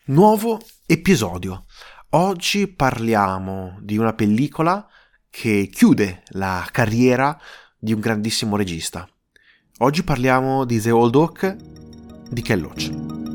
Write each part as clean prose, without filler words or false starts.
Nuovo episodio. Oggi parliamo di una pellicola che chiude la carriera di un grandissimo regista. Oggi parliamo di The Old Oak di Ken Loach.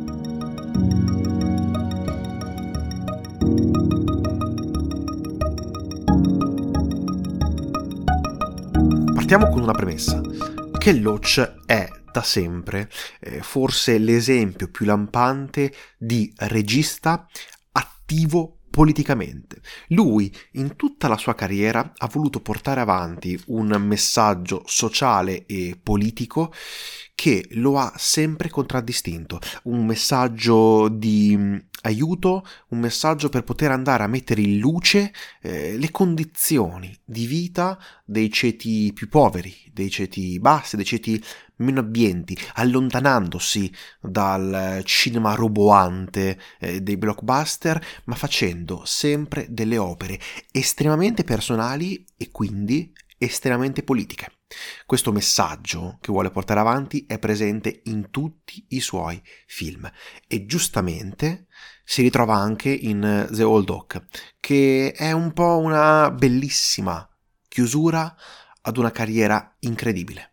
Partiamo con una premessa. Ken Loach è da sempre forse l'esempio più lampante di regista attivo politicamente. Lui in tutta la sua carriera ha voluto portare avanti un messaggio sociale e politico che lo ha sempre contraddistinto, un messaggio di aiuto, un messaggio per poter andare a mettere in luce le condizioni di vita dei ceti più poveri, dei ceti bassi, dei ceti meno abbienti, allontanandosi dal cinema roboante dei blockbuster, ma facendo sempre delle opere estremamente personali e quindi estremamente politiche. Questo messaggio che vuole portare avanti è presente in tutti i suoi film e giustamente si ritrova anche in The Old Oak, che è un po' una bellissima chiusura ad una carriera incredibile.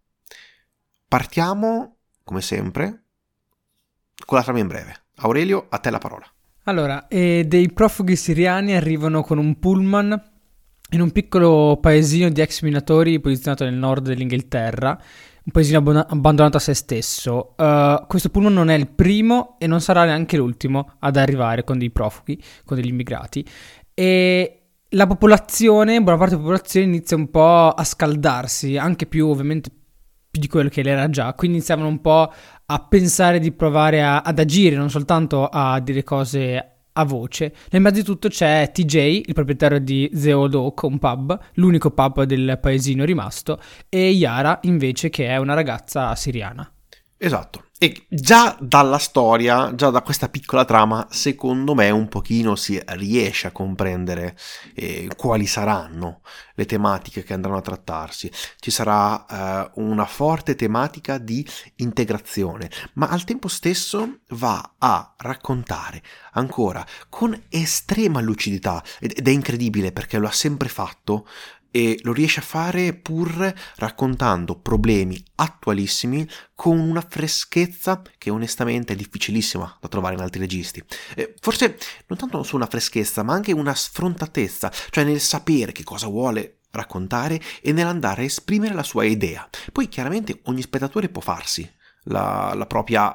Partiamo, come sempre, con la trama in breve. Aurelio, a te la parola. Allora, dei profughi siriani arrivano con un pullman in un piccolo paesino di ex minatori posizionato nel nord dell'Inghilterra, un paesino abbandonato a se stesso. Questo pullman non è il primo e non sarà neanche l'ultimo ad arrivare con dei profughi, con degli immigrati. E la popolazione, buona parte della popolazione inizia un po' a scaldarsi, anche più ovviamente più di quello che l'era già, quindi iniziavano un po' a pensare di provare ad agire, non soltanto a dire cose a voce. Nel mezzo di tutto c'è TJ, il proprietario di The Old Oak, un pub, l'unico pub del paesino rimasto, e Yara invece, che è una ragazza siriana. Esatto, e già dalla storia, già da questa piccola trama, secondo me un pochino si riesce a comprendere quali saranno le tematiche che andranno a trattarsi. Ci sarà una forte tematica di integrazione, ma al tempo stesso va a raccontare ancora con estrema lucidità, ed è incredibile perché lo ha sempre fatto, e lo riesce a fare pur raccontando problemi attualissimi con una freschezza che onestamente è difficilissima da trovare in altri registi. Forse non tanto su una freschezza, ma anche una sfrontatezza, cioè nel sapere che cosa vuole raccontare e nell'andare a esprimere la sua idea. Poi chiaramente ogni spettatore può farsi la propria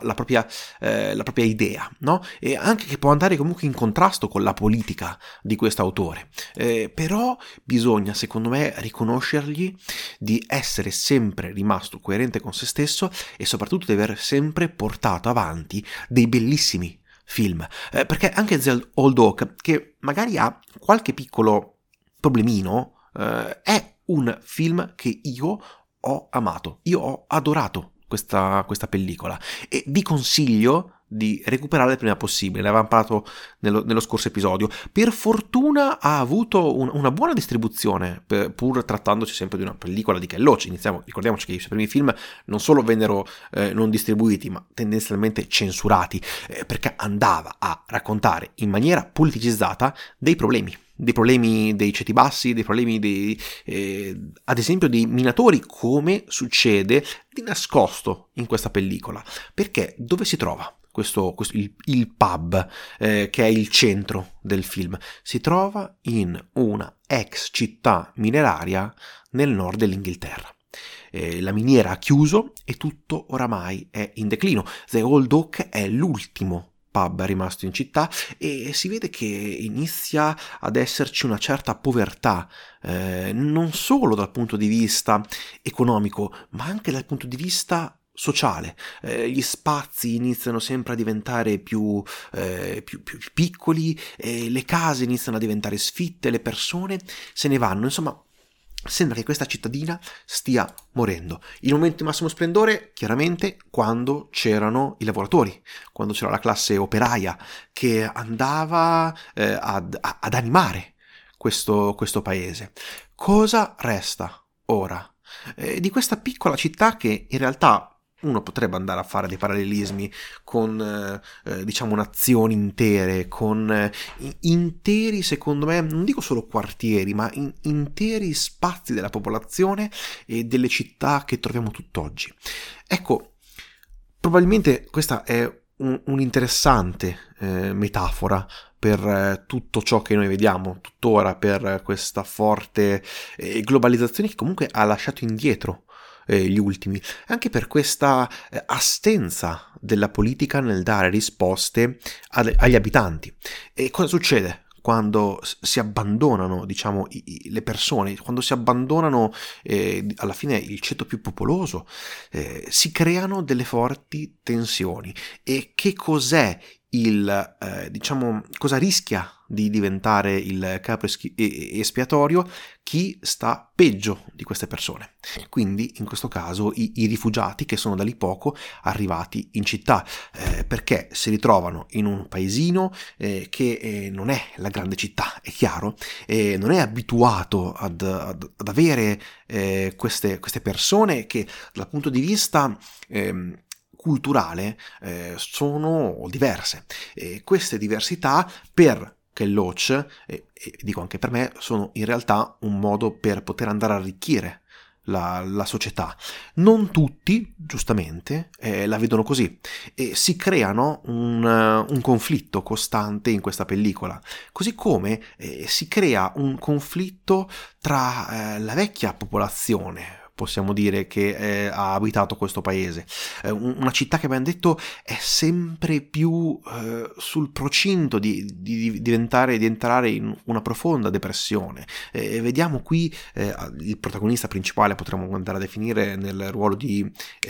idea, no? E anche che può andare comunque in contrasto con la politica di questo autore, però bisogna secondo me riconoscergli di essere sempre rimasto coerente con se stesso e soprattutto di aver sempre portato avanti dei bellissimi film, perché anche The Old Oak, che magari ha qualche piccolo problemino, è un film che io ho amato, io ho adorato questa pellicola e vi consiglio di recuperarla il prima possibile. Ne avevamo parlato nello scorso episodio. Per fortuna ha avuto una buona distribuzione, pur trattandosi sempre di una pellicola di Ken Loach. Ricordiamoci che i suoi primi film non solo vennero non distribuiti, ma tendenzialmente censurati, perché andava a raccontare in maniera politicizzata dei problemi dei ceti bassi, dei problemi ad esempio dei minatori, come succede di nascosto in questa pellicola. Perché dove si trova il pub, che è il centro del film? Si trova in una ex città mineraria nel nord dell'Inghilterra. La miniera ha chiuso e tutto oramai è in declino. The Old Oak è l'ultimo pub rimasto in città e si vede che inizia ad esserci una certa povertà, non solo dal punto di vista economico, ma anche dal punto di vista sociale. Gli spazi iniziano sempre a diventare più piccoli, le case iniziano a diventare sfitte, le persone se ne vanno, insomma. Sembra che questa cittadina stia morendo. Il momento di massimo splendore, chiaramente, quando c'erano i lavoratori, quando c'era la classe operaia che andava ad animare questo paese. Cosa resta ora? Di questa piccola città che in realtà uno potrebbe andare a fare dei parallelismi con, diciamo, nazioni intere, con interi, secondo me, non dico solo quartieri, ma interi spazi della popolazione e delle città che troviamo tutt'oggi. Ecco, probabilmente questa è un'interessante metafora per tutto ciò che noi vediamo tuttora, per questa forte globalizzazione che comunque ha lasciato indietro gli ultimi, anche per questa assenza della politica nel dare risposte agli abitanti. E cosa succede quando si abbandonano, diciamo, le persone, quando si abbandonano alla fine il ceto più popoloso, si creano delle forti tensioni. E che cos'è diciamo, cosa rischia di diventare il capro espiatorio? Chi sta peggio di queste persone. Quindi in questo caso i rifugiati che sono da lì poco arrivati in città, perché si ritrovano in un paesino che non è la grande città, è chiaro, non è abituato ad avere queste persone che dal punto di vista culturale sono diverse. Queste diversità per Ken Loach, e dico anche per me, sono in realtà un modo per poter andare a arricchire la società. Non tutti, giustamente, la vedono così e si creano un conflitto costante in questa pellicola, così come si crea un conflitto tra la vecchia popolazione, possiamo dire, che ha abitato questo paese, una città che abbiamo detto è sempre più sul procinto di entrare in una profonda depressione. Vediamo qui il protagonista principale, potremmo andare a definire nel ruolo di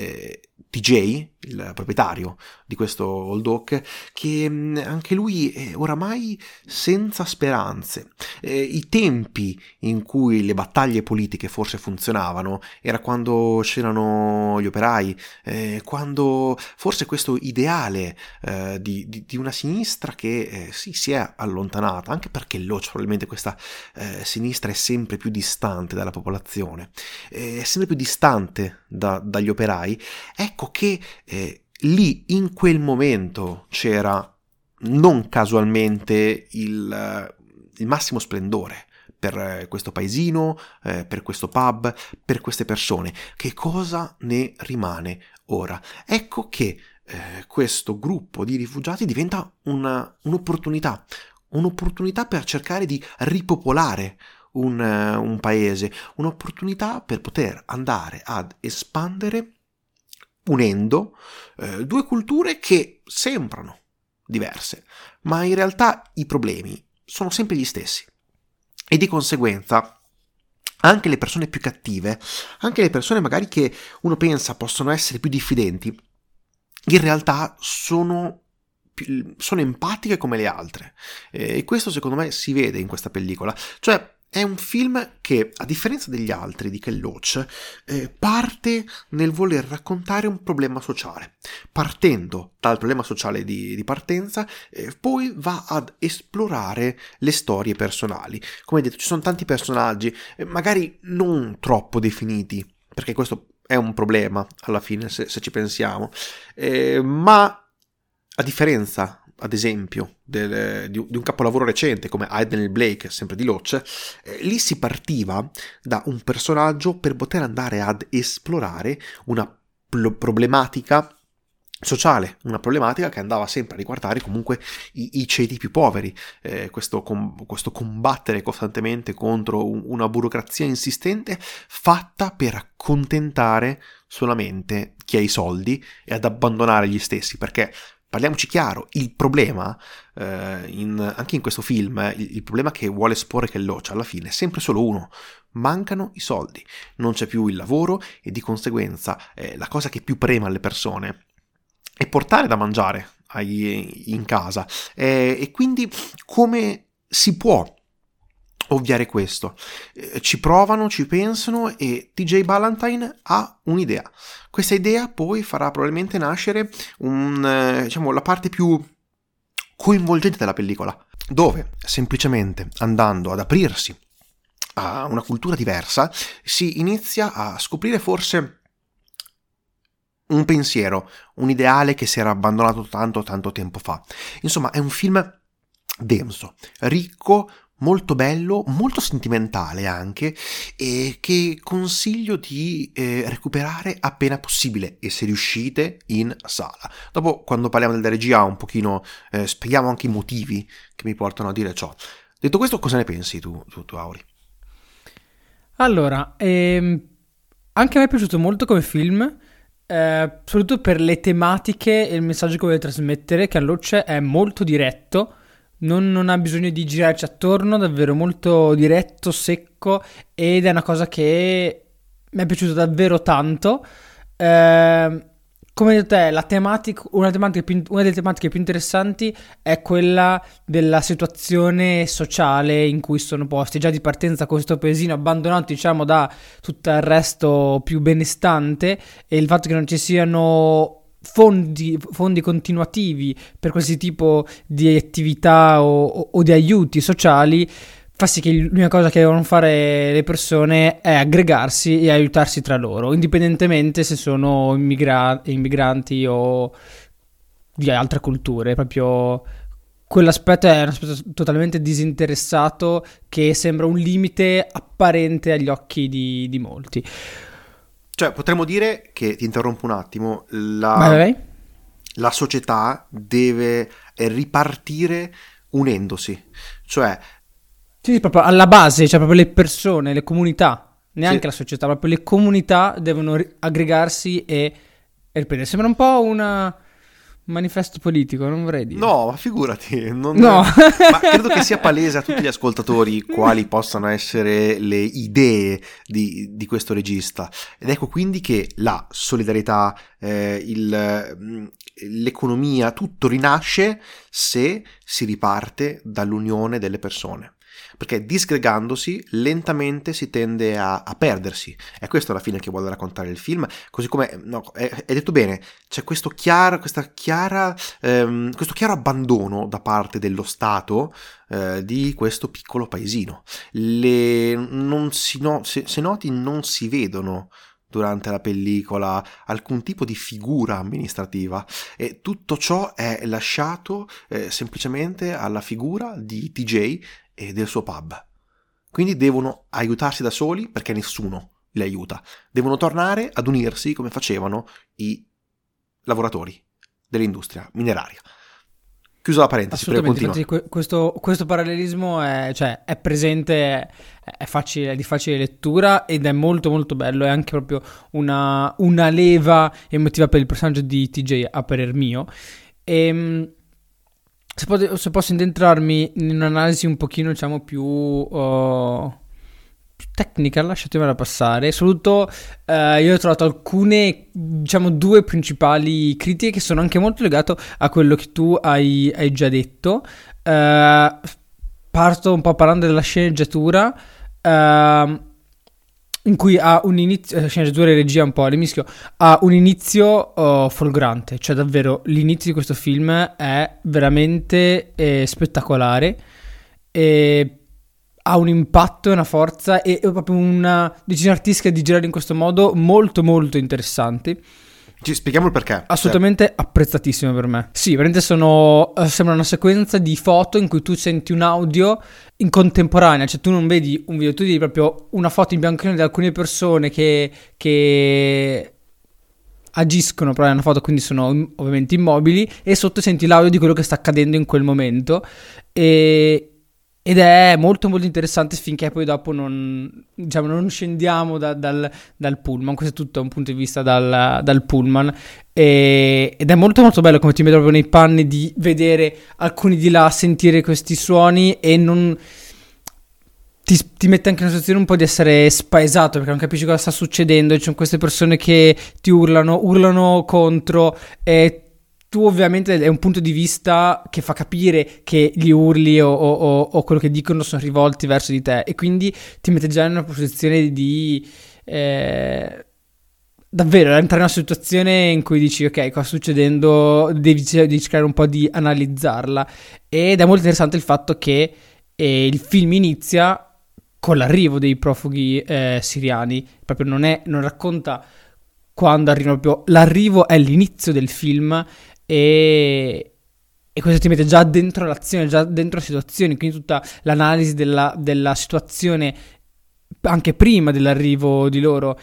TJ, il proprietario di questo Old Oak, che anche lui è oramai senza speranze. I tempi in cui le battaglie politiche forse funzionavano era quando c'erano gli operai, quando forse questo ideale di una sinistra che sì, si è allontanata, anche perché probabilmente questa sinistra è sempre più distante dalla popolazione, è sempre più distante dagli operai. Ecco che lì in quel momento c'era non casualmente il massimo splendore per questo paesino, per questo pub, per queste persone. Che cosa ne rimane ora? Ecco che questo gruppo di rifugiati diventa un'opportunità per cercare di ripopolare un paese, un'opportunità per poter andare ad espandere unendo due culture che sembrano diverse, ma in realtà i problemi sono sempre gli stessi. E di conseguenza anche le persone più cattive, anche le persone magari che uno pensa possono essere più diffidenti, in realtà sono empatiche come le altre. E questo secondo me si vede in questa pellicola. Cioè, è un film che, a differenza degli altri di Ken Loach, parte nel voler raccontare un problema sociale. Partendo dal problema sociale di partenza, poi va ad esplorare le storie personali. Come detto, ci sono tanti personaggi, magari non troppo definiti, perché questo è un problema alla fine, se ci pensiamo, ma a differenza, ad esempio, di un capolavoro recente come Hidden Blake, sempre di Loach, lì si partiva da un personaggio per poter andare ad esplorare una problematica sociale, una problematica che andava sempre a riguardare comunque i ceti più poveri, questo combattere costantemente contro una burocrazia insistente fatta per accontentare solamente chi ha i soldi e ad abbandonare gli stessi, perché parliamoci chiaro, il problema, anche in questo film, il problema che vuole esporre Ken Loach alla fine è sempre solo uno: mancano i soldi, non c'è più il lavoro e di conseguenza la cosa che più prema alle persone è portare da mangiare in casa. E quindi come si può ovviare questo? Ci provano, ci pensano e TJ Ballantyne ha un'idea. Questa idea poi farà probabilmente nascere diciamo, la parte più coinvolgente della pellicola, dove semplicemente andando ad aprirsi a una cultura diversa si inizia a scoprire forse un pensiero, un ideale che si era abbandonato tanto tanto tempo fa. Insomma, è un film denso, ricco, molto bello, molto sentimentale anche, e che consiglio di recuperare appena possibile, e se riuscite in sala. Dopo, quando parliamo della regia, un pochino spieghiamo anche i motivi che mi portano a dire ciò. Detto questo, cosa ne pensi tu Auri? Allora, anche a me è piaciuto molto come film, soprattutto per le tematiche e il messaggio che vuole trasmettere, che Alloce è molto diretto, non ha bisogno di girarci attorno, davvero molto diretto, secco, ed è una cosa che mi è piaciuta davvero tanto. Come hai detto te, una delle tematiche più interessanti è quella della situazione sociale in cui sono posti. Già di partenza questo paesino abbandonato, diciamo, da tutto il resto più benestante, e il fatto che non ci siano fondi continuativi per qualsiasi tipo di attività o di aiuti sociali fa sì che l'unica cosa che devono fare le persone è aggregarsi e aiutarsi tra loro, indipendentemente se sono immigranti o di altre culture. Proprio quell'aspetto è un aspetto totalmente disinteressato, che sembra un limite apparente agli occhi di molti. Cioè, potremmo dire che, ti interrompo un attimo, Vai. la società deve ripartire unendosi. Cioè, Sì, proprio alla base, cioè proprio le persone, le comunità, neanche sì, la società, proprio le comunità devono aggregarsi e ripetere. Sembra un po' un manifesto politico, non vorrei dire. no, ma figurati, No. ma credo che sia palese a tutti gli ascoltatori quali possano essere le idee di questo regista. Ed ecco quindi che la solidarietà, l'economia, tutto rinasce se si riparte dall'unione delle persone. Perché disgregandosi lentamente si tende a perdersi. È questo alla fine che vuole raccontare il film. Così come, no, è detto bene, c'è questo chiaro abbandono da parte dello Stato di questo piccolo paesino. Se noti, non si vedono durante la pellicola alcun tipo di figura amministrativa, e tutto ciò è lasciato semplicemente alla figura di TJ e del suo pub. Quindi devono aiutarsi da soli, perché nessuno li aiuta. Devono tornare ad unirsi come facevano i lavoratori dell'industria mineraria. Chiusa la parentesi, prego, Assolutamente, continua. infatti questo parallelismo è presente, è di facile lettura, ed è molto molto bello. È anche proprio una leva emotiva per il personaggio di TJ, a parer mio. Se posso addentrarmi in un'analisi un pochino, diciamo, più tecnica, lasciatemela passare. Soprattutto io ho trovato alcune, diciamo, due principali critiche che sono anche molto legate a quello che tu hai già detto. Parto un po' parlando della sceneggiatura, in cui ha un inizio, sceneggiatura e regia un po' le mischio, ha un inizio folgorante. Cioè davvero l'inizio di questo film è veramente spettacolare, e ha un impatto e una forza e proprio una decisione artistica di girare in questo modo molto molto interessanti. Ci spieghiamo il perché. Assolutamente apprezzatissimo per me. Sì, veramente sembra una sequenza di foto in cui tu senti un audio in contemporanea. Cioè tu non vedi un video, tu vedi proprio una foto in bianco e nero di alcune persone che agiscono, però è una foto, quindi sono ovviamente immobili, e sotto senti l'audio di quello che sta accadendo in quel momento. Ed è molto molto interessante, finché poi dopo non scendiamo dal pullman. Questo è tutto un punto di vista dal pullman, ed è molto molto bello come ti mette proprio nei panni di vedere alcuni di là, sentire questi suoni, e non ti mette anche in una situazione un po' di essere spaesato, perché non capisci cosa sta succedendo. Ci sono queste persone che ti urlano contro, e tu ovviamente è un punto di vista che fa capire che gli urli o quello che dicono sono rivolti verso di te, e quindi ti mette già in una posizione di davvero entrare in una situazione in cui dici ok, cosa sta succedendo, devi cercare un po' di analizzarla. Ed è molto interessante il fatto che il film inizia con l'arrivo dei profughi siriani. Proprio non racconta quando arrivano proprio, l'arrivo è l'inizio del film e questo ti mette già dentro l'azione, già dentro la situazione, quindi tutta l'analisi della situazione anche prima dell'arrivo di loro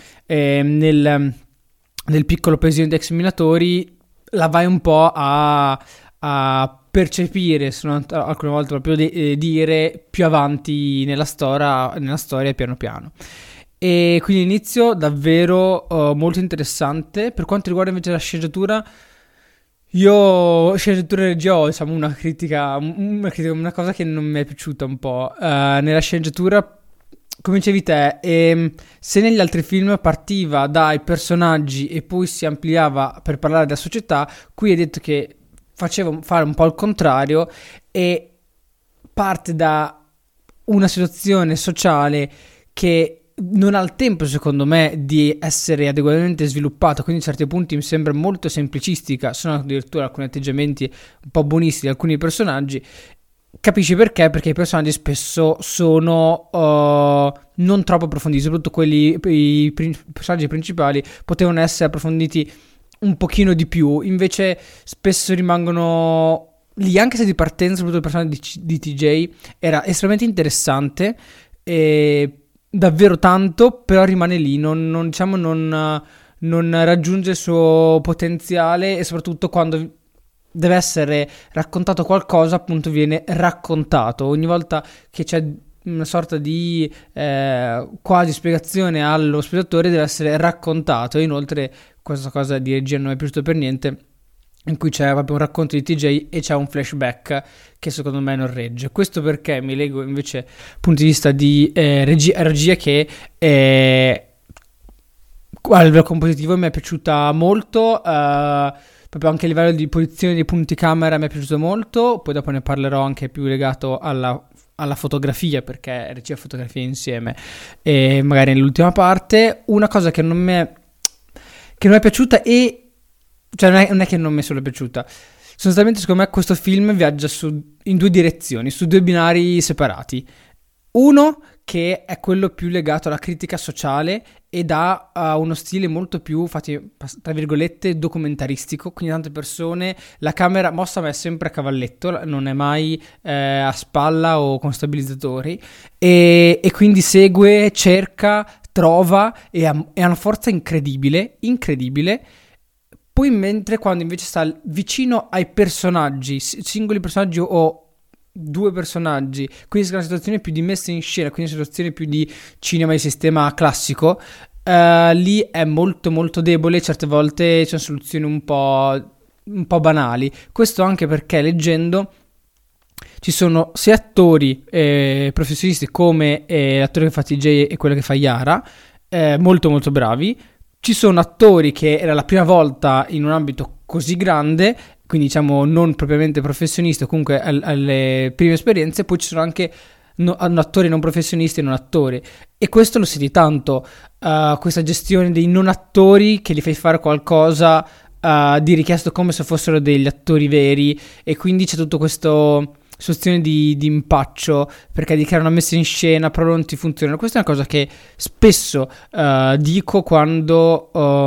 nel piccolo paesino di ex minatori, la vai un po' a percepire, se non alcune volte proprio dire più avanti nella storia piano piano. E quindi l'inizio davvero molto interessante. Per quanto riguarda invece la sceneggiatura, sceneggiatura e regia ho, diciamo, una critica, una cosa che non mi è piaciuta un po'. Nella sceneggiatura, come dicevi te, se negli altri film partiva dai personaggi e poi si ampliava per parlare della società, qui è detto che faceva fare un po' il contrario e parte da una situazione sociale che non ha il tempo, secondo me, di essere adeguatamente sviluppata, quindi a certi punti mi sembra molto semplicistica, sono addirittura alcuni atteggiamenti un po' buonisti di alcuni personaggi. Capisci perché? Perché i personaggi spesso sono non troppo approfonditi, soprattutto i personaggi principali potevano essere approfonditi un pochino di più, invece spesso rimangono lì, anche se di partenza, soprattutto il personaggio di TJ era estremamente interessante e davvero tanto, però rimane lì, non raggiunge il suo potenziale e soprattutto quando deve essere raccontato qualcosa, appunto viene raccontato. Ogni volta che c'è una sorta di quasi spiegazione allo spettatore deve essere raccontato, e inoltre questa cosa di regia non mi è piaciuta per niente, in cui c'è proprio un racconto di TJ e c'è un flashback che secondo me non regge. Questo perché mi leggo invece punti di vista di regia che a livello compositivo mi è piaciuta molto, proprio anche a livello di posizione dei punti camera mi è piaciuto molto, poi dopo ne parlerò anche più legato alla fotografia, perché regia e fotografia insieme, e magari nell'ultima parte. Una cosa che non mi è piaciuta cioè non è che non mi è solo piaciuta, sostanzialmente secondo me questo film viaggia in due direzioni, su due binari separati. Uno che è quello più legato alla critica sociale ed ha uno stile molto più, infatti, tra virgolette, documentaristico, quindi tante persone, la camera mossa ma è sempre a cavalletto, non è mai a spalla o con stabilizzatori, e quindi segue, cerca, trova e ha una forza incredibile. Poi mentre quando invece sta vicino ai personaggi, singoli personaggi o due personaggi, quindi è una situazione più di messa in scena, quindi una situazione più di cinema di sistema classico, lì è molto molto debole, certe volte c'è soluzioni un po' banali. Questo anche perché leggendo ci sono sia attori professionisti come l'attore che fa TJ e quello che fa Yara, molto molto bravi. Ci sono attori che era la prima volta in un ambito così grande, quindi diciamo non propriamente professionisti o comunque alle prime esperienze. Poi ci sono anche attori non professionisti e non attori, e questo lo senti tanto, questa gestione dei non attori che gli fai fare qualcosa di richiesto come se fossero degli attori veri, e quindi c'è tutto questo situazione di impaccio, perché di creare una messa in scena però non ti funziona. Questa è una cosa che spesso dico quando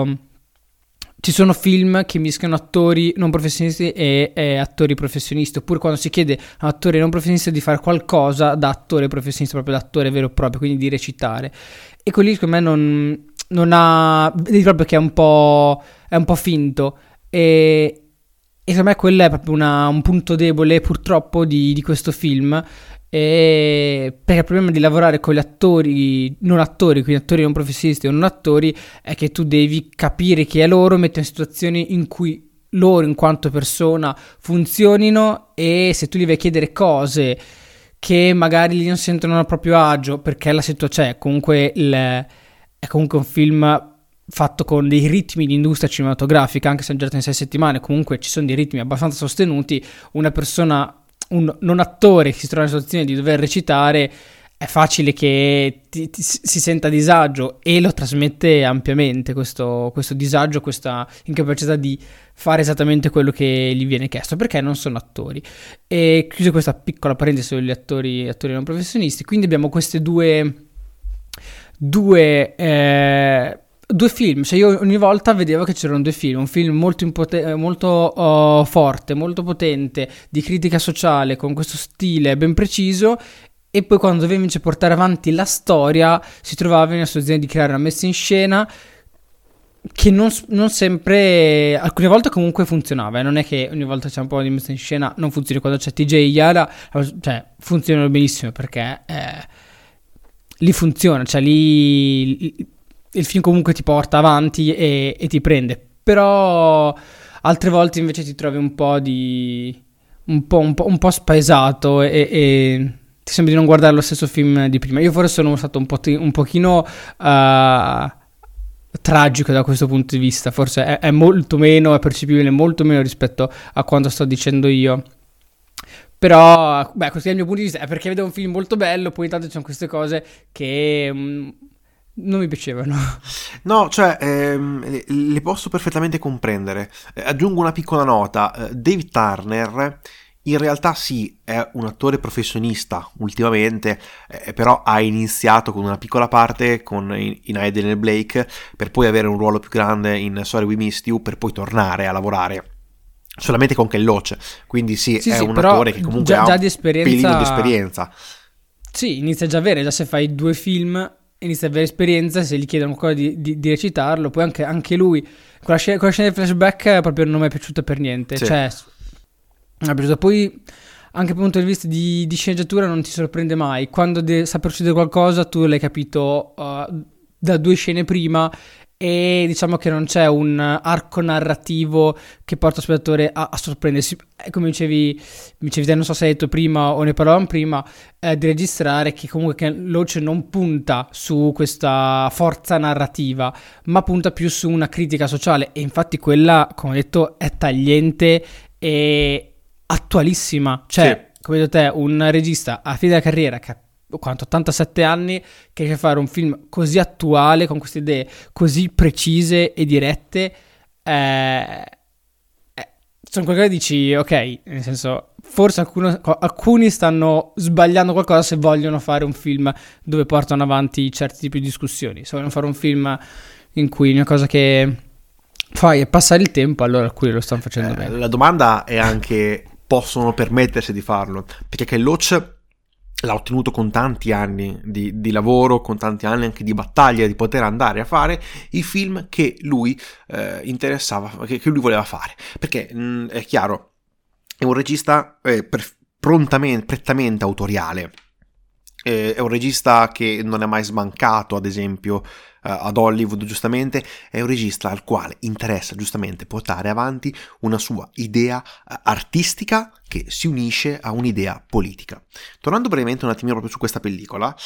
ci sono film che mischiano attori non professionisti e attori professionisti, oppure quando si chiede a un attore non professionista di fare qualcosa da attore professionista, proprio da attore vero e proprio, quindi di recitare, e quelli secondo me non ha, vedi proprio che è un po' finto, e secondo me quello è proprio un punto debole purtroppo di questo film, perché il problema di lavorare con gli attori non attori, quindi attori non professionisti o non attori, è che tu devi capire chi è loro, mettere in situazioni in cui loro in quanto persona funzionino, e se tu gli vai a chiedere cose che magari lì non sentono a proprio agio, perché la situazione è comunque è comunque un film fatto con dei ritmi di industria cinematografica, anche se è girato in 6 settimane, comunque ci sono dei ritmi abbastanza sostenuti. Una persona, un non attore che si trova in situazione di dover recitare, è facile che si senta a disagio, e lo trasmette ampiamente questo disagio, questa incapacità di fare esattamente quello che gli viene chiesto, perché non sono attori. E chiuso questa piccola parentesi sugli attori non professionisti, quindi abbiamo queste due due film, cioè io ogni volta vedevo che c'erano due film, un film molto forte, molto potente, di critica sociale, con questo stile ben preciso, e poi quando doveva invece portare avanti la storia si trovava nella situazione di creare una messa in scena che non sempre, alcune volte comunque funzionava, non è che ogni volta c'è un po' di messa in scena non funzioni. Quando c'è TJ Yara, cioè funzionano benissimo, perché lì funziona, cioè lì il film comunque ti porta avanti e ti prende. Però altre volte invece ti trovi un po' spaesato e ti sembra di non guardare lo stesso film di prima. Io forse sono stato un pochino tragico da questo punto di vista, forse è molto meno, è percepibile molto meno rispetto a quanto sto dicendo io. Però, beh, questo è il mio punto di vista, è perché vedo un film molto bello, poi intanto ci sono queste cose che non mi piacevano. No, cioè, le posso perfettamente comprendere. Aggiungo una piccola nota. David Turner in realtà sì, è un attore professionista ultimamente, però ha iniziato con una piccola parte in I, Daniel Blake, per poi avere un ruolo più grande in Sorry We Missed You, per poi tornare a lavorare solamente con Ken Loach. Quindi sì, è un attore che comunque ha già un pelino di esperienza. Sì, inizia già a avere, già se fai 2 film inizia a avere esperienza, se gli chiedono ancora di recitarlo. Poi anche lui, quella scena del flashback proprio non mi è piaciuta per niente, Sì. cioè poi anche dal punto di vista di sceneggiatura non ti sorprende mai quando sta per succedere qualcosa, tu l'hai capito da 2 scene prima, e diciamo che non c'è un arco narrativo che porta lo spettatore a sorprendersi. Come dicevi te, non so se hai detto prima o ne parlavamo prima, di registrare che comunque Loach non punta su questa forza narrativa, ma punta più su una critica sociale, e infatti quella, come ho detto, è tagliente e attualissima. Cioè, Sì. come ho detto te, un regista a fine della carriera che ha 87 anni, che riesce a fare un film così attuale, con queste idee così precise e dirette, sono qualcosa che dici, ok, nel senso, forse alcuni stanno sbagliando qualcosa se vogliono fare un film dove portano avanti certi tipi di discussioni. Se vogliono fare un film in cui una cosa che fai è passare il tempo, allora alcuni lo stanno facendo bene. La domanda è anche: possono permettersi di farlo? Perché Ken Loach l'ha ottenuto con tanti anni di lavoro, con tanti anni anche di battaglia, di poter andare a fare i film che lui interessava, che lui voleva fare. Perché è chiaro, è un regista prettamente autoriale. È un regista che non è mai smancato, ad esempio, ad Hollywood, giustamente. È un regista al quale interessa, giustamente, portare avanti una sua idea artistica che si unisce a un'idea politica. Tornando brevemente un attimino proprio su questa pellicola,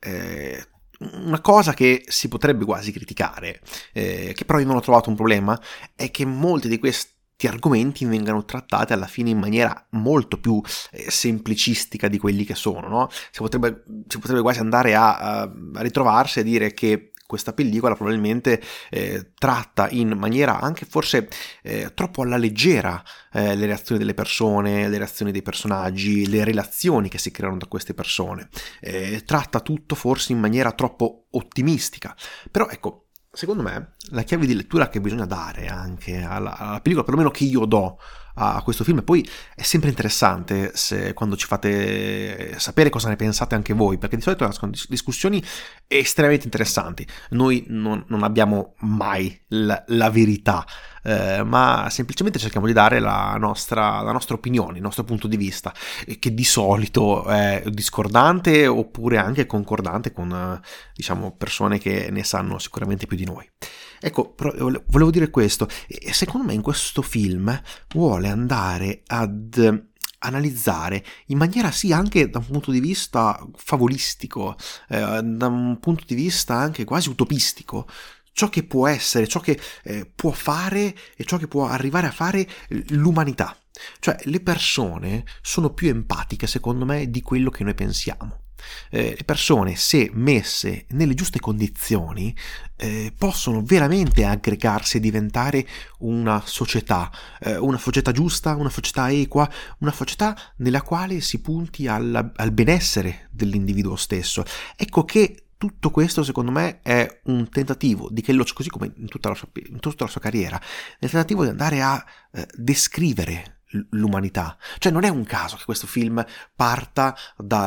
una cosa che si potrebbe quasi criticare, che però io non ho trovato un problema, è che molti di questi argomenti vengano trattati alla fine in maniera molto più semplicistica di quelli che sono, no? Si potrebbe quasi andare a ritrovarsi a dire che questa pellicola probabilmente tratta in maniera anche forse troppo alla leggera le reazioni delle persone, le reazioni dei personaggi, le relazioni che si creano da queste persone. Tratta tutto forse in maniera troppo ottimistica. Però ecco, secondo me la chiave di lettura che bisogna dare anche alla pellicola, perlomeno che io do a questo film, e poi è sempre interessante quando ci fate sapere cosa ne pensate anche voi, perché di solito nascono discussioni estremamente interessanti. Noi non abbiamo mai la verità, ma semplicemente cerchiamo di dare la nostra opinione, il nostro punto di vista, che di solito è discordante oppure anche concordante con diciamo persone che ne sanno sicuramente più di noi. Ecco, però volevo dire questo, e secondo me in questo film vuole andare ad analizzare in maniera sì anche da un punto di vista favolistico, da un punto di vista anche quasi utopistico, ciò che può essere, ciò che può fare e ciò che può arrivare a fare l'umanità. Cioè, le persone sono più empatiche, secondo me, di quello che noi pensiamo. Le persone, se messe nelle giuste condizioni, possono veramente aggregarsi e diventare una società giusta, una società equa, una società nella quale si punti al benessere dell'individuo stesso. Ecco che tutto questo secondo me è un tentativo di Ken Loach, così come in tutta la sua carriera, nel tentativo di andare a descrivere l'umanità. Cioè non è un caso che questo film parta da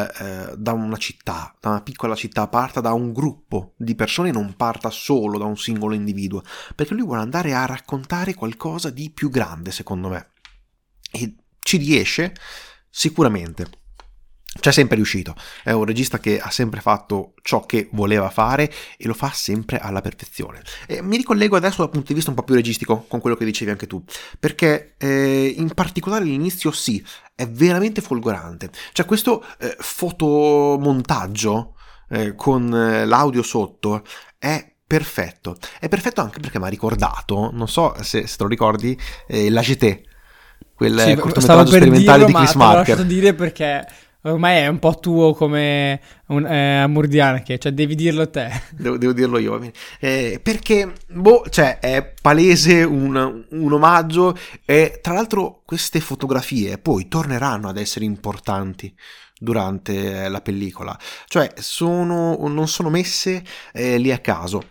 una città, da una piccola città, parta da un gruppo di persone, non parta solo da un singolo individuo, perché lui vuole andare a raccontare qualcosa di più grande, secondo me, e ci riesce sicuramente. C'è sempre riuscito, è un regista che ha sempre fatto ciò che voleva fare e lo fa sempre alla perfezione. E mi ricollego adesso dal punto di vista un po' più registico con quello che dicevi anche tu, perché in particolare l'inizio sì, è veramente folgorante. C'è questo fotomontaggio con l'audio sotto, è perfetto anche perché mi ha ricordato, non so se te lo ricordi, La Jetée, quel Sì, stavo cortometraggio per sperimentale dirlo, di ma Chris te l'ho Marker. lasciato dire perché ormai è un po' tuo come Murdianche, cioè devi dirlo te. Devo dirlo io, perché cioè, è palese un omaggio, e tra l'altro queste fotografie poi torneranno ad essere importanti durante la pellicola, cioè non sono messe lì a caso,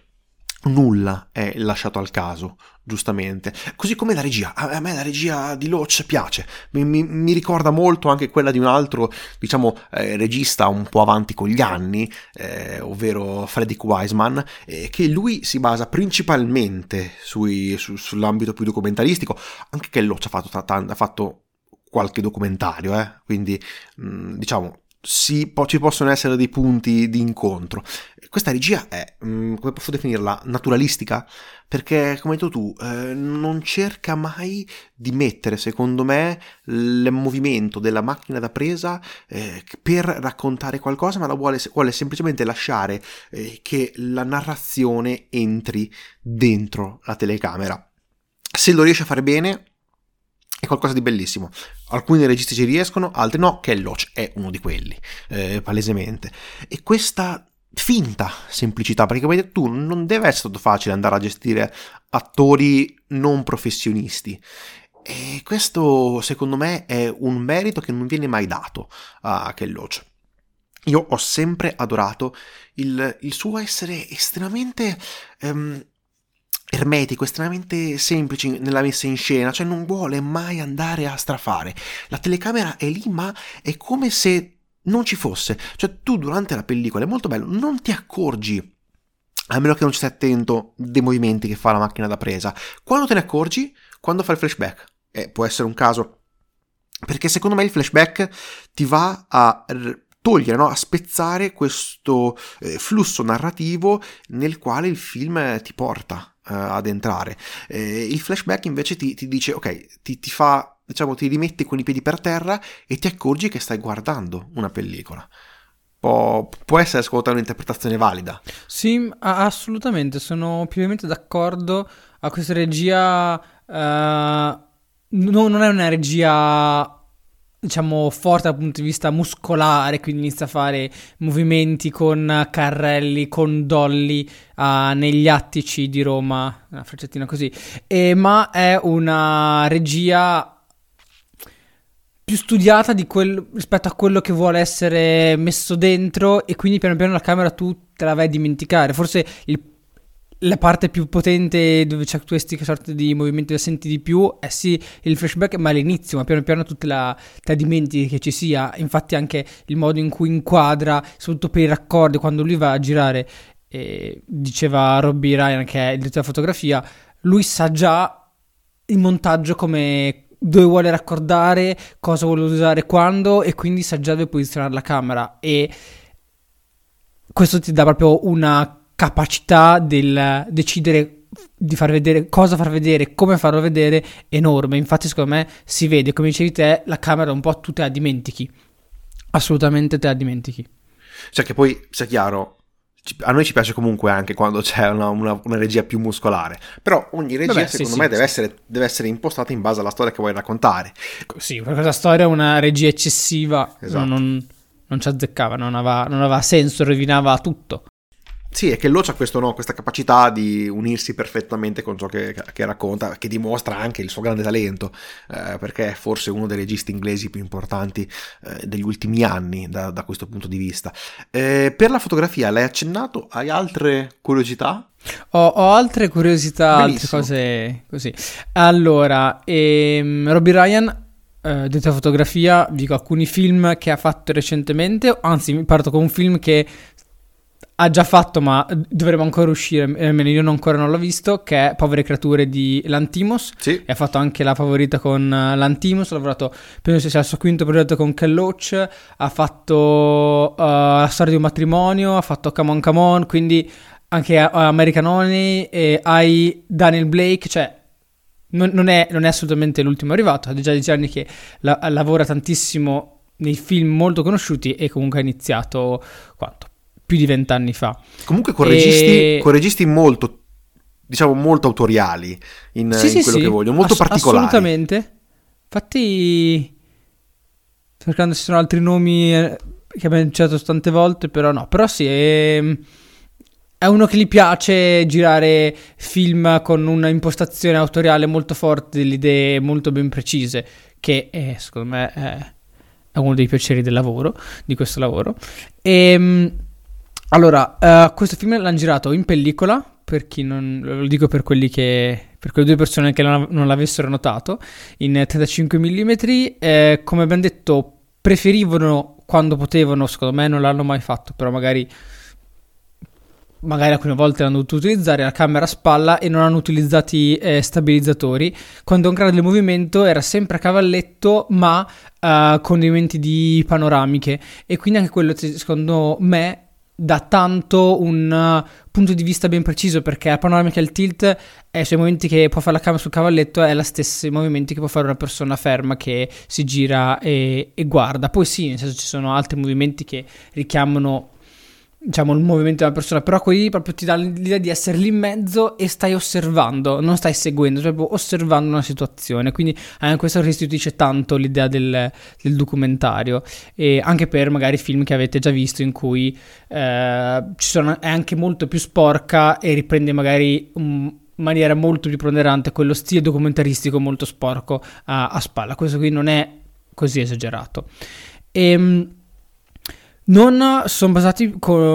nulla è lasciato al caso, giustamente. Così come la regia, a me la regia di Loach piace, mi ricorda molto anche quella di un altro, diciamo, regista un po' avanti con gli anni, ovvero Frederick Wiseman, che lui si basa principalmente sull'ambito più documentaristico, anche che Loach ha fatto qualche documentario, quindi diciamo ci possono essere dei punti di incontro. Questa regia è, come posso definirla, naturalistica, perché come hai detto tu, non cerca mai di mettere, secondo me, il movimento della macchina da presa per raccontare qualcosa, ma vuole semplicemente lasciare che la narrazione entri dentro la telecamera. Se lo riesce a fare bene è qualcosa di bellissimo. Alcuni registi ci riescono, altri no. Ken Loach è uno di quelli, palesemente. E questa finta semplicità, perché come hai detto tu, non deve essere stato facile andare a gestire attori non professionisti, e questo secondo me è un merito che non viene mai dato a Ken Loach. Io ho sempre adorato il suo essere estremamente ermetico, estremamente semplice nella messa in scena, cioè non vuole mai andare a strafare. La telecamera è lì, ma è come se non ci fosse. Cioè tu durante la pellicola, è molto bello, non ti accorgi, a meno che non ci stai attento, dei movimenti che fa la macchina da presa. Quando te ne accorgi? Quando fa il flashback. Può essere un caso, perché secondo me il flashback ti va a togliere, no? A spezzare questo flusso narrativo nel quale il film ti porta ad entrare. Il flashback invece ti dice, ok, ti fa, diciamo, ti rimette con i piedi per terra e ti accorgi che stai guardando una pellicola. Può essere secondo te un'interpretazione valida? Sì, assolutamente, sono pienamente d'accordo. A questa regia non è una regia, diciamo, forte dal punto di vista muscolare, quindi inizia a fare movimenti con carrelli, con dolly negli attici di Roma, una freccettina così, ma è una regia più studiata rispetto a quello che vuole essere messo dentro, e quindi piano piano la camera tu te la vai a dimenticare. Forse la parte più potente dove c'è questi sorti di movimenti da senti di più è sì il flashback, ma all'inizio, ma piano piano te la dimentichi che ci sia. Infatti anche il modo in cui inquadra, soprattutto per i raccordi, quando lui va a girare, diceva Robbie Ryan, che è il direttore della fotografia, lui sa già il montaggio, come dove vuole raccordare, cosa vuole usare quando, e quindi sa già dove posizionare la camera, e questo ti dà proprio una capacità del decidere di far vedere, cosa far vedere, come farlo vedere, enorme. Infatti secondo me si vede, come dicevi te, la camera un po' tu te la dimentichi, assolutamente te la dimentichi. Cioè che poi, sia chiaro, a noi ci piace comunque anche quando c'è una regia più muscolare, però ogni regia secondo me deve essere impostata in base alla storia che vuoi raccontare. Sì, per questa storia una regia eccessiva, esatto, non ci azzeccava, non aveva senso, rovinava tutto. Sì, è che Loach ha questo, no, questa capacità di unirsi perfettamente con ciò che racconta, che dimostra anche il suo grande talento, perché è forse uno dei registi inglesi più importanti degli ultimi anni da questo punto di vista. Per la fotografia l'hai accennato, hai altre curiosità? Ho altre curiosità, altre Benissimo. cose così. Allora, Robbie Ryan, detto fotografia, dico alcuni film che ha fatto recentemente, anzi mi parto con un film che ha già fatto ma dovremo ancora uscire, almeno io ancora non l'ho visto, che è Povere creature di Lantimos, Sì. e ha fatto anche La favorita con Lantimos, ha lavorato, penso sia il suo quinto progetto con Ken Loach, ha fatto La storia di un matrimonio, ha fatto Come On, quindi anche American Honey, e hai Daniel Blake, cioè non è assolutamente l'ultimo arrivato, ha già 10 anni che lavora tantissimo nei film molto conosciuti e comunque ha iniziato quanto? Più di 20 anni fa. Comunque E... con registi molto, diciamo, molto autoriali Sì, in sì, quello che sì, voglio, molto particolari. assolutamente. Infatti, sto cercando se ci sono altri nomi che abbiamo citato tante volte, però no. Però sì, è uno che gli piace girare film con una impostazione autoriale molto forte, delle idee molto ben precise, che secondo me è uno dei piaceri del lavoro, di questo lavoro. Allora, questo film l'hanno girato in pellicola, per chi non lo dico, per quelli per quelle due persone che non l'avessero notato, in 35 mm. Come abbiamo detto, preferivano quando potevano, secondo me non l'hanno mai fatto, però magari alcune volte l'hanno dovuto utilizzare la camera a spalla e non hanno utilizzato stabilizzatori. Quando ancora del movimento era sempre a cavalletto, ma con dei momenti di panoramiche, e quindi anche quello secondo me dà tanto un punto di vista ben preciso, perché la panoramica e il tilt sui momenti che può fare la camera sul cavalletto è la stessa movimenti che può fare una persona ferma che si gira e guarda. Poi sì, nel senso, ci sono altri movimenti che richiamano, diciamo, il movimento della persona, però quelli proprio ti dà l'idea di essere lì in mezzo e stai osservando, non stai seguendo, stai proprio osservando una situazione, quindi anche questo restituisce tanto l'idea del documentario, e anche per magari film che avete già visto in cui è anche molto più sporca e riprende magari in maniera molto più preponderante quello stile documentaristico molto sporco a spalla. Questo qui non è così esagerato. Non sono basati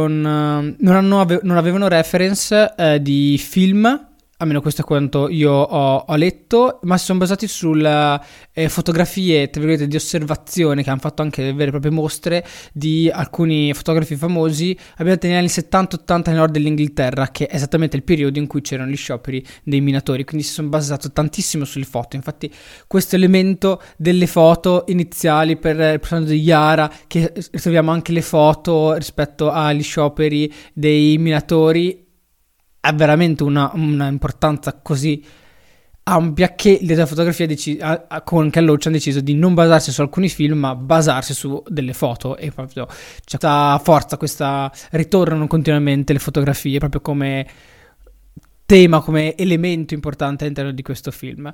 non avevano reference di film, almeno questo è quanto io ho letto, ma si sono basati sulle fotografie, tra virgolette, di osservazione, che hanno fatto anche delle vere e proprie mostre di alcuni fotografi famosi abitati negli anni 70-80 nel nord dell'Inghilterra, che è esattamente il periodo in cui c'erano gli scioperi dei minatori, quindi si sono basati tantissimo sulle foto. Infatti questo elemento delle foto iniziali per il personaggio di Yara, che ritroviamo anche le foto rispetto agli scioperi dei minatori, ha veramente una importanza così ampia che la fotografia con Ken Loach hanno deciso di non basarsi su alcuni film, ma basarsi su delle foto, e proprio c'è questa forza, ritornano continuamente le fotografie proprio come tema, come elemento importante all'interno di questo film.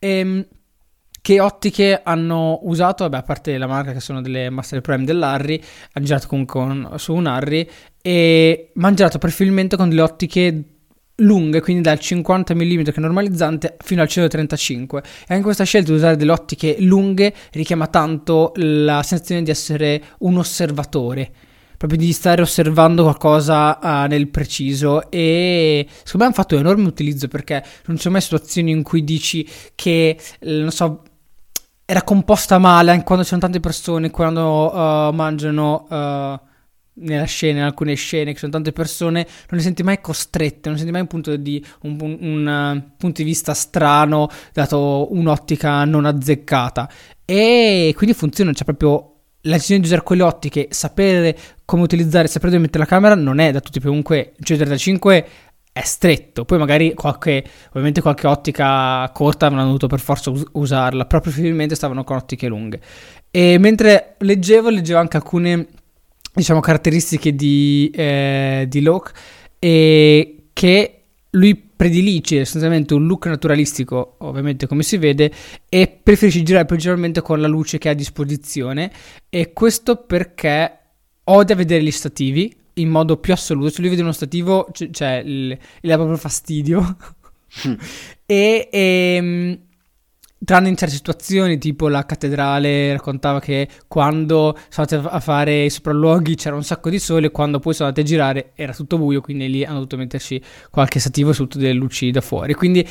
Che ottiche hanno usato? Vabbè, a parte la marca, che sono delle Master Prime dell'Arri, hanno girato su un Arri, e hanno girato preferibilmente con delle ottiche lunghe, quindi dal 50 mm che è normalizzante fino al 135, e anche questa scelta di usare delle ottiche lunghe richiama tanto la sensazione di essere un osservatore, proprio di stare osservando qualcosa nel preciso. E secondo me hanno fatto un enorme utilizzo, perché non c'è mai situazioni in cui dici che, non so, era composta male, anche quando c'erano tante persone, quando mangiano nella scena, in alcune scene che sono tante persone, non le senti mai costrette, non senti mai un punto di vista strano, dato un'ottica non azzeccata, e quindi funziona. C'è proprio la decisione di usare quelle ottiche, sapere come utilizzare, sapere dove mettere la camera, non è da tutti. Comunque il 135 è stretto, poi magari ovviamente qualche ottica corta avranno dovuto per forza usarla, però preferibilmente stavano con ottiche lunghe. E mentre leggevo anche alcune, diciamo, caratteristiche di Loach, e che lui predilige essenzialmente un look naturalistico, ovviamente come si vede, e preferisce girare principalmente con la luce che ha a disposizione, e questo perché odia vedere gli stativi, in modo più assoluto. Se lui vede uno stativo, cioè, gli dà proprio fastidio. e tranne in certe situazioni, tipo la cattedrale, raccontava che quando sono andati a fare i sopralluoghi c'era un sacco di sole, quando poi sono andati a girare era tutto buio, quindi lì hanno dovuto metterci qualche stativo e tutte delle luci da fuori. Quindi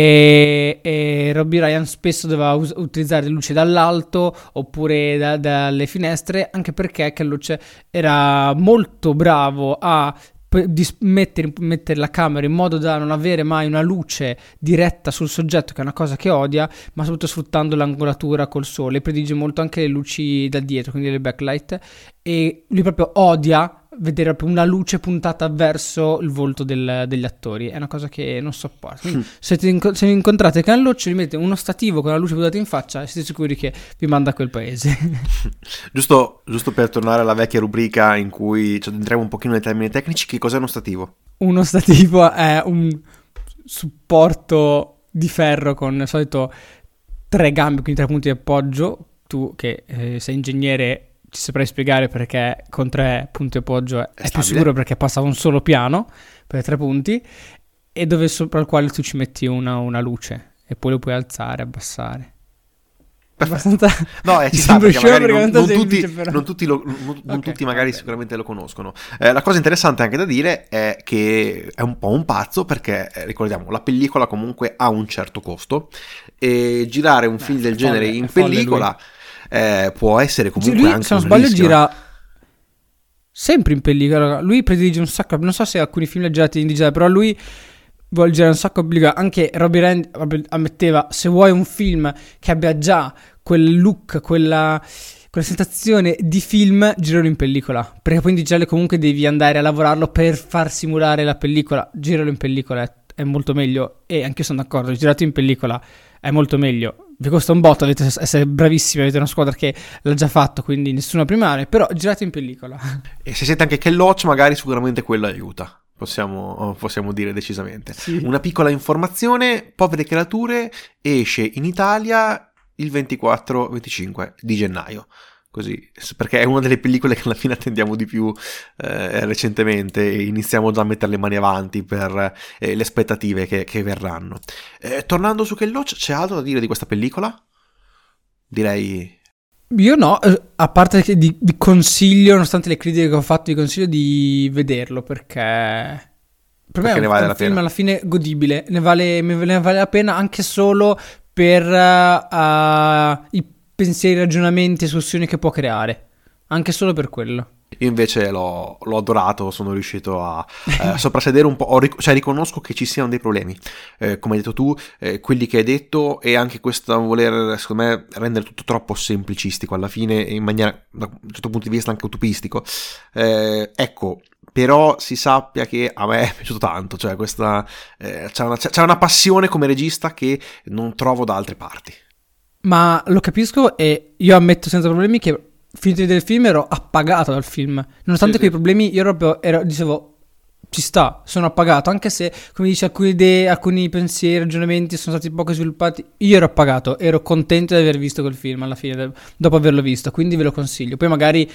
Robbie Ryan spesso doveva utilizzare le luci dall'alto oppure dalle finestre, anche perché Luce era molto bravo a mettere la camera in modo da non avere mai una luce diretta sul soggetto, che è una cosa che odia, ma soprattutto sfruttando l'angolatura col sole. Predilige molto anche le luci da dietro, quindi le backlight, e lui proprio odia vedere proprio una luce puntata verso il volto degli attori. È una cosa che non sopporta. Quindi, se incontrate Ken Loach, gli mettete uno stativo con la luce puntata in faccia e siete sicuri che vi manda a quel paese. Giusto per tornare alla vecchia rubrica in cui ci addentriamo un pochino nei termini tecnici, che cos'è uno stativo? Uno stativo è un supporto di ferro con al solito 3 gambe, quindi 3 punti di appoggio. Tu che sei ingegnere ci saprai spiegare perché con 3 punti di appoggio è più sicuro, perché passa un solo piano per 3 punti, e dove sopra il quale tu ci metti una luce e poi lo puoi alzare, abbassare. Abbastanza no, ci sta, perché magari non tutti magari okay. Sicuramente lo conoscono. La cosa interessante anche da dire è che è un po' un pazzo, perché ricordiamo, la pellicola comunque ha un certo costo e girare un film del genere in pellicola può essere comunque lui, anche se non un sbaglio, rischio. gira sempre in pellicola. Lui predilige un sacco, non so se alcuni film li ha girati in digitale, però lui vuole girare un sacco in pellicola. Anche Robbie Ryan ammetteva: se vuoi un film che abbia già quel look, quella sensazione di film, giralo in pellicola, perché poi in digitale comunque devi andare a lavorarlo per far simulare la pellicola. Giralo in pellicola, è molto meglio. E anche io sono d'accordo, girato in pellicola è molto meglio. Vi costa un botto, dovete essere bravissimi, avete una squadra che l'ha già fatto, quindi nessuno primare, però girate in pellicola. E se siete anche Ken Loach, magari sicuramente quello aiuta, possiamo dire decisamente. Sì. Una piccola informazione: Povere creature esce in Italia il 24-25 di gennaio, così, perché è una delle pellicole che alla fine attendiamo di più recentemente, e iniziamo già a mettere le mani avanti per le aspettative che verranno. Tornando su Ken Loach, c'è altro da dire di questa pellicola? Direi... Io no, a parte che di consiglio, nonostante le critiche che ho fatto, di consiglio di vederlo, perché per me è un film alla fine godibile, ne vale la pena anche solo per i pensieri, ragionamenti, discussioni che può creare, anche solo per quello. Io invece l'ho adorato, sono riuscito a soprassedere un po', cioè riconosco che ci siano dei problemi, come hai detto tu, quelli che hai detto, e anche questo voler, secondo me, rendere tutto troppo semplicistico alla fine, in maniera, da un certo punto di vista, anche utopistico. Ecco, però si sappia che a me è piaciuto tanto, cioè questa c'è una passione come regista che non trovo da altre parti. Ma lo capisco, e io ammetto senza problemi che finito del film ero appagato dal film, nonostante quei problemi. Io proprio dicevo, ci sta, sono appagato, anche se, come dici, alcune idee, alcuni pensieri, ragionamenti sono stati poco sviluppati. Io ero appagato, ero contento di aver visto quel film alla fine, dopo averlo visto, quindi ve lo consiglio. Poi magari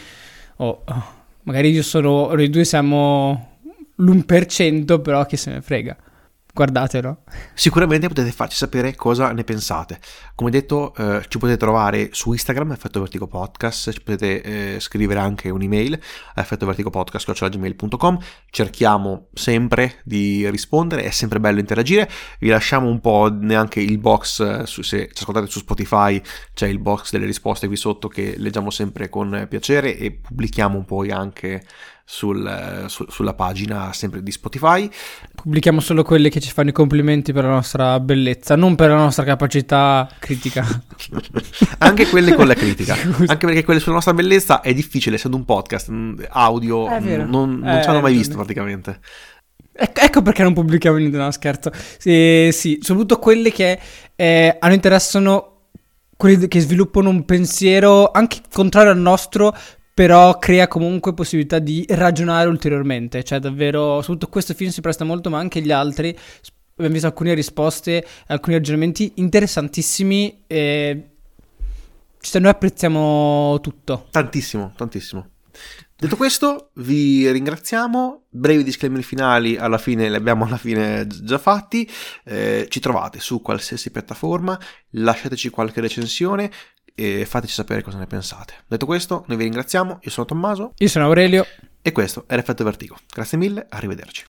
noi due siamo l'1%, però chi se ne frega. Guardatelo. Sicuramente potete farci sapere cosa ne pensate. Come detto, ci potete trovare su Instagram, Effetto Vertigo Podcast, ci potete scrivere anche un'email a effettovertigopodcast@gmail.com. Cerchiamo sempre di rispondere, è sempre bello interagire. Vi lasciamo un po' neanche il box, se ci ascoltate su Spotify c'è il box delle risposte qui sotto, che leggiamo sempre con piacere, e pubblichiamo poi anche sulla pagina sempre di Spotify. Pubblichiamo solo quelle che ci fanno i complimenti per la nostra bellezza, non per la nostra capacità critica. Anche quelle con la critica. Anche perché quelle sulla nostra bellezza è difficile, essendo un podcast audio, non ci hanno mai visto praticamente. Ecco perché non pubblichiamo niente, no, scherzo. Sì, soprattutto quelle che interessano, quelli che sviluppano un pensiero anche contrario al nostro, però crea comunque possibilità di ragionare ulteriormente. Cioè davvero, soprattutto questo film si presta molto, ma anche gli altri. Abbiamo visto alcune risposte, alcuni ragionamenti interessantissimi, e noi apprezziamo tutto. Tantissimo. Detto questo, vi ringraziamo. Brevi disclaimer finali, alla fine li abbiamo già fatti. Ci trovate su qualsiasi piattaforma, lasciateci qualche recensione e fateci sapere cosa ne pensate. Detto questo, noi vi ringraziamo. Io sono Tommaso. Io sono Aurelio. E questo è l'Effetto Vertigo. Grazie mille, arrivederci.